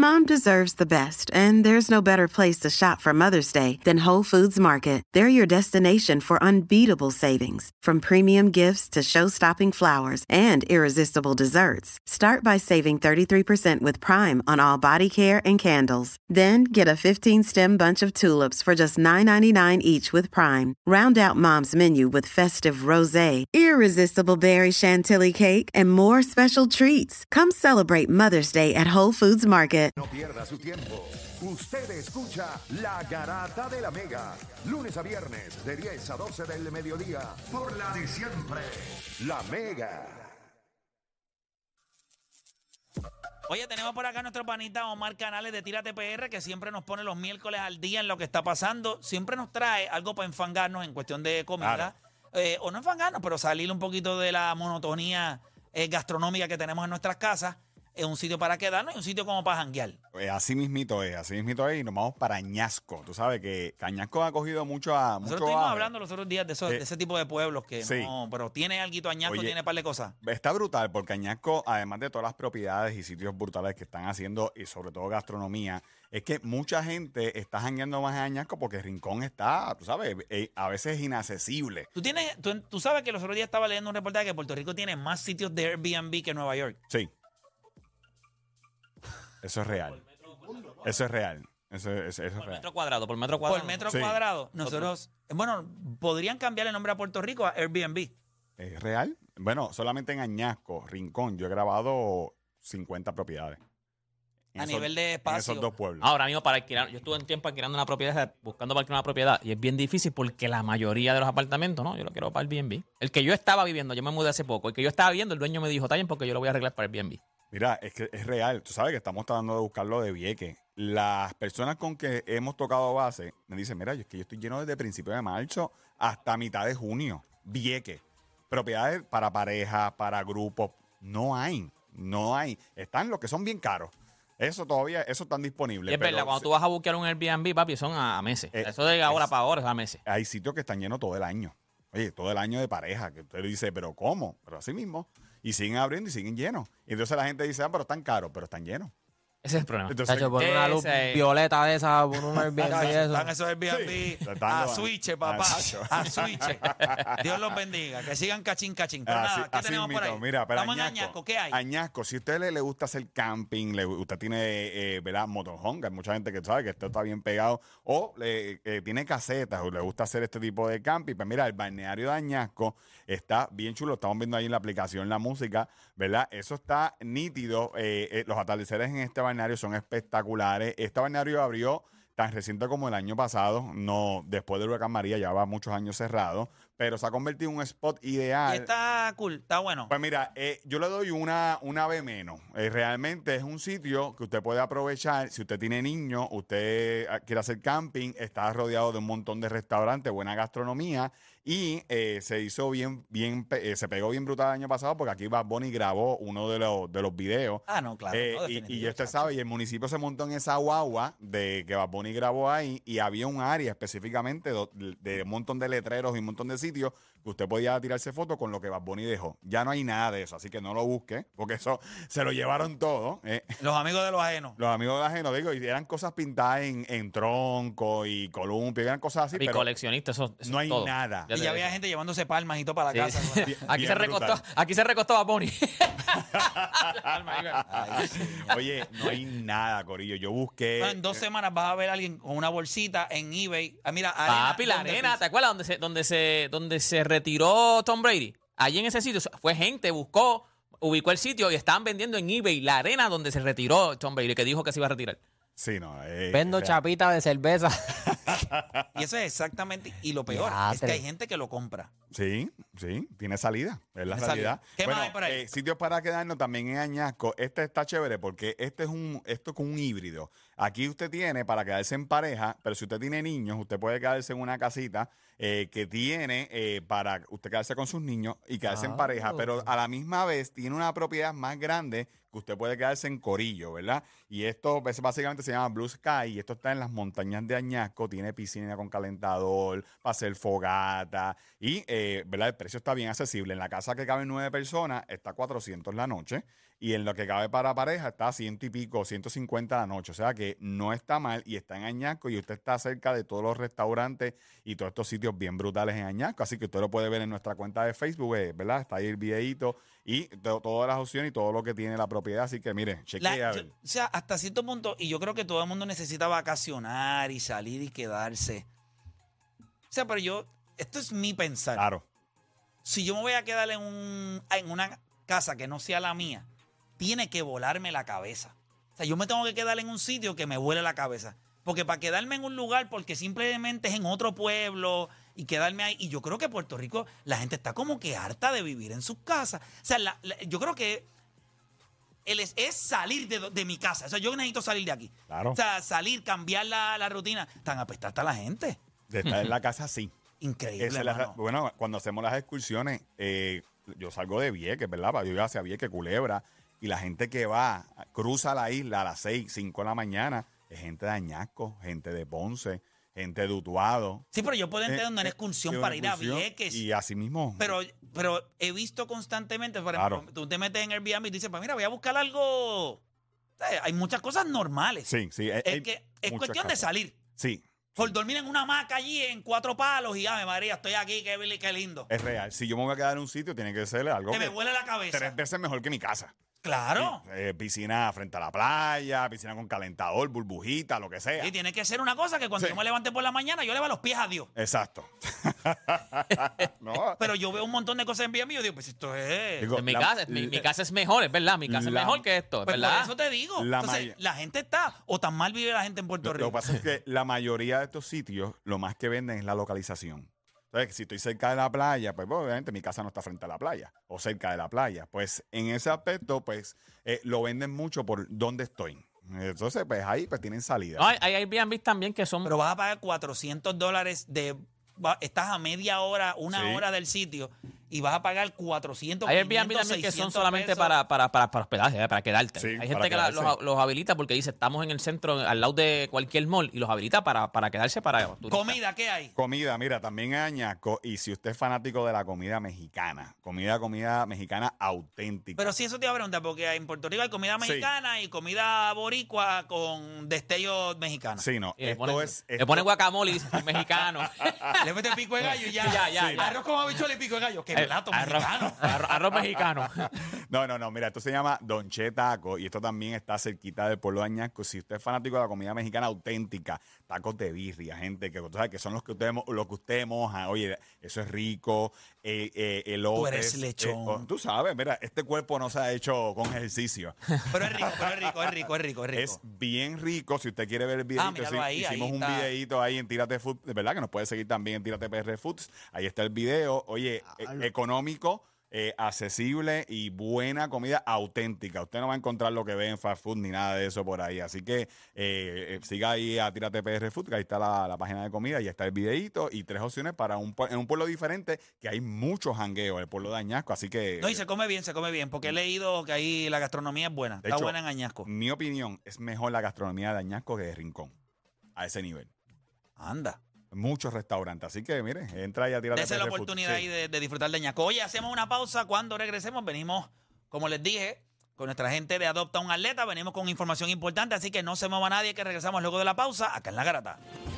Mom deserves the best, and there's no better place to shop for Mother's Day than Whole Foods Market. They're your destination for unbeatable savings, from premium gifts to show-stopping flowers and irresistible desserts. Start by saving 33% with Prime on all body care and candles. Then get a 15-stem bunch of tulips for just $9.99 each with Prime. Round out Mom's menu with festive rosé, irresistible berry chantilly cake, and more special treats. Come celebrate Mother's Day at Whole Foods Market. No pierda su tiempo. Usted escucha La Garata de la Mega. Lunes a viernes de 10 a 12 del mediodía. Por la de siempre. La Mega. Oye, tenemos por acá a nuestro panita Omar Canales de Tírate PR, que siempre nos pone los miércoles al día en lo que está pasando. Siempre nos trae algo para enfangarnos en cuestión de comida. Claro. O no enfangarnos, pero salir un poquito de la monotonía gastronómica que tenemos en nuestras casas. Es un sitio para quedarnos y un sitio como para janguear. Así mismito es, y nos vamos para Añasco. Tú sabes que Añasco ha cogido mucho Nosotros estuvimos hablando los otros días de ese tipo de pueblos que sí. No, pero tiene alguito Añasco, tiene un par de cosas. Está brutal porque Añasco, además de todas las propiedades y sitios brutales que están haciendo y sobre todo gastronomía, es que mucha gente está jangueando más en Añasco porque Rincón está, tú sabes, a veces inaccesible. Tú sabes que los otros días estaba leyendo un reportaje que Puerto Rico tiene más sitios de Airbnb que Nueva York. Sí. Eso es real. Eso es real. Eso es por real. metro cuadrado, por metro cuadrado. Por metro sí. cuadrado. Nosotros, bueno, podrían cambiar el nombre a Puerto Rico a Airbnb. ¿Es real? Bueno, solamente en Añasco, Rincón, yo he grabado 50 propiedades. Nivel de espacio. En esos dos pueblos. Ahora mismo para alquilar, yo estuve un tiempo alquilando una propiedad, buscando para alquilar una propiedad, y es bien difícil porque la mayoría de los apartamentos, no, yo lo quiero para Airbnb. El que yo estaba viviendo, yo me mudé hace poco, el que yo estaba viviendo, el dueño me dijo, está bien, porque yo lo voy a arreglar para Airbnb. Mira, es que es real. Tú sabes que estamos tratando de buscarlo de Vieques. Las personas con que hemos tocado base me dicen, mira, es que yo estoy lleno desde principios de marzo hasta mitad de junio. Vieques. Propiedades para parejas, para grupos. No hay. Están los que son bien caros. Eso están disponibles. Y es verdad, cuando tú vas a buscar un Airbnb, papi, son a meses. Eso de ahora para ahora es a meses. Hay sitios que están llenos todo el año. Oye, todo el año de pareja. Que usted dice, ¿pero cómo? Pero así mismo. Y siguen abriendo y siguen llenos. Y entonces la gente dice, pero están caros, pero están llenos. Ese es el problema. Entonces, Chacho, por una luz violeta de esa, por un Airbnb eso. Están esos Airbnb Sí, a switch, papá. Nacho. A switch. Dios los bendiga. Que sigan cachín. Pero nada, ¿qué tenemos por ahí? Mira, pero Estamos en Añasco. ¿Qué hay? Añasco, si a usted le gusta hacer camping, usted tiene, ¿verdad? Motorhome, hay mucha gente que sabe que esto está bien pegado, o tiene casetas, o le gusta hacer este tipo de camping, pues mira, el balneario de Añasco está bien chulo, estamos viendo ahí en la aplicación la música, ¿verdad? Eso está nítido, los atardeceres en este balneario son espectaculares. Este balneario abrió tan reciente como el año pasado, no después del huracán María, ya va muchos años cerrado, pero se ha convertido en un spot ideal. Y está cool, está bueno. Pues mira, yo le doy una B menos. Realmente es un sitio que usted puede aprovechar. Si usted tiene niños, usted quiere hacer camping, está rodeado de un montón de restaurantes, buena gastronomía. Y se hizo se pegó bien brutal el año pasado porque aquí Bad Bunny grabó uno de los videos. Ah, no, claro. No, y usted sabe, y el municipio se montó en esa guagua de que Bad Bunny grabó ahí y había un área específicamente de un montón de letreros y un montón de sitios que usted podía tirarse fotos con lo que Bad Bunny dejó. Ya no hay nada de eso, así que no lo busque porque eso se lo llevaron todo. Los amigos de los ajenos. Los amigos de los ajenos, digo, y eran cosas pintadas en tronco y columpio, eran cosas así. Y coleccionistas, eso no hay todo. nada. Y ya había gente llevándose palmas y todo para la casa. Aquí se recostó a Bonnie. Oye, no hay nada, corillo. Yo busqué. No, en 2 semanas vas a ver a alguien con una bolsita en eBay. Ah, mira, Papi, la arena, ¿te acuerdas donde se retiró Tom Brady? Allí en ese sitio fue gente, ubicó el sitio y estaban vendiendo en eBay la arena donde se retiró Tom Brady, que dijo que se iba a retirar. Sí, no. Vendo chapitas de cerveza. Y eso es exactamente. Y lo peor es que hay gente que lo compra. Sí, tiene salida. Es la realidad. ¿Qué más hay por ahí? Sitios para quedarnos también en Añasco. Este está chévere porque esto es con un híbrido. Aquí usted tiene para quedarse en pareja, pero si usted tiene niños, usted puede quedarse en una casita que tiene para usted quedarse con sus niños y quedarse en pareja, pero a la misma vez tiene una propiedad más grande que usted puede quedarse en corillo, ¿verdad? Y esto básicamente se llama Blue Sky y esto está en las montañas de Añasco, tiene piscina con calentador, para hacer fogata y ¿verdad? El precio está bien accesible. En la casa que caben 9 personas está 400 la noche y en lo que cabe para pareja está 100 y pico, 150 la noche. O sea que no está mal y está en Añasco y usted está cerca de todos los restaurantes y todos estos sitios bien brutales en Añasco. Así que usted lo puede ver en nuestra cuenta de Facebook, ¿verdad? Está ahí el videíto y todas las opciones y todo lo que tiene la propiedad. Así que mire, chequee a ver. O sea, hasta cierto punto, y yo creo que todo el mundo necesita vacacionar y salir y quedarse. O sea, pero esto es mi pensar. Claro. Si yo me voy a quedar en una casa que no sea la mía, tiene que volarme la cabeza. O sea, yo me tengo que quedar en un sitio que me vuele la cabeza. Porque para quedarme en un lugar, porque simplemente es en otro pueblo y quedarme ahí. Y yo creo que Puerto Rico, la gente está como que harta de vivir en sus casas. O sea, yo creo que es salir de mi casa. O sea, yo necesito salir de aquí. Claro. O sea, salir, cambiar la rutina. Tan apestada está la gente. De estar en la casa, sí. Increíble, Esa es mano. bueno, cuando hacemos las excursiones, yo salgo de Vieques, ¿verdad? Yo iba hacia Vieques, Culebra, y la gente que cruza la isla a las 6, 5 de la mañana, es gente de Añasco, gente de Ponce, gente de Utuado. Sí, pero yo puedo entender una excursión para ir a Vieques. Y así mismo. Pero he visto constantemente, por Claro. ejemplo, tú te metes en Airbnb y dices, pues mira, voy a buscar algo. Hay muchas cosas normales. Sí, sí. Es muchos cuestión de casos. salir. Sí, Por dormir en una hamaca allí en 4 palos y, María, estoy aquí, qué lindo. es real. Si yo me voy a quedar en un sitio, tiene que ser algo Que me huele la cabeza. 3 veces mejor que mi casa. Claro. Piscina frente a la playa, piscina con calentador, burbujita, lo que sea. Y tiene que ser una cosa que cuando Sí. yo me levante por la mañana, yo le va los pies a Dios. Exacto. No, Pero yo veo un montón de cosas en Airbnb y yo digo, pues esto es... digo, Mi casa es mejor, es verdad. Mi casa es la- mejor que esto, es Pues por verdad. eso te digo. La Entonces, maya- la gente está, o tan mal vive la gente en Puerto Lo que Rico. pasa es que la mayoría de estos sitios, lo más que venden es la localización. Entonces, si estoy cerca de la playa, pues obviamente mi casa no está frente a la playa o cerca de la playa. Pues en ese aspecto, pues lo venden mucho por dónde estoy. Entonces, pues ahí pues tienen salida. No, hay Airbnb también que son... Pero vas a pagar $400 estás a media hora, una Sí. hora del sitio y vas a pagar 400, Hay 500, Airbnb también que son 600 solamente pesos. para hospedaje, para quedarte. Sí, Hay para gente que quedarse. los habilita porque dice, estamos en el centro, al lado de cualquier mall, y los habilita para quedarse para turistas. Comida, ¿qué hay? Comida, mira, también en Añasco, y si usted es fanático de la comida mexicana, comida mexicana auténtica. Pero sí, eso te iba a preguntar, porque en Puerto Rico hay comida Sí. mexicana y comida boricua con destellos mexicanos. Sí, no, Y le esto ponen, es... le ponen guacamole y dice, "Soy mexicano". Le mete pico de gallo y ya. Ya. Arroz con habichuela y pico de gallo. ¡Qué plato mexicano! Arroz mexicano. No, mira, esto se llama Don Che Taco y esto también está cerquita del pueblo de Añasco. Si usted es fanático de la comida mexicana auténtica, tacos de birria, gente que, tú sabes, que son los que usted moja. Oye, eso es rico. Elotes, Tú eres lechón. tú sabes, mira, este cuerpo no se ha hecho con ejercicio. Pero es rico. Es bien rico. Si usted quiere ver el videito, míralo ahí, hicimos ahí un está. videito ahí en Tírate Food, de verdad que nos puede seguir también en Tírate PR Foods. Ahí está el video. Oye, económico, accesible y buena comida auténtica. Usted no va a encontrar lo que ve en fast food ni nada de eso por ahí. Así que siga ahí a Tírate PR Food, que ahí está la página de comida, y está el videito y 3 opciones para en un pueblo diferente, que hay muchos jangueos, el pueblo de Añasco. Así que... No, y se come bien, porque he leído que ahí la gastronomía es buena. de Está hecho, buena en Añasco. mi opinión, es mejor la gastronomía de Añasco que de Rincón. A ese nivel. Anda. Muchos restaurantes. Así que, mire, entra y a Tírate Dese la PR Food. oportunidad Sí. ahí de disfrutar de Añasco. Oye, hacemos una pausa. Cuando regresemos, venimos, como les dije, con nuestra gente de Adopta un Atleta. Venimos con información importante, así que no se mueva nadie, que regresamos luego de la pausa acá en La Garata.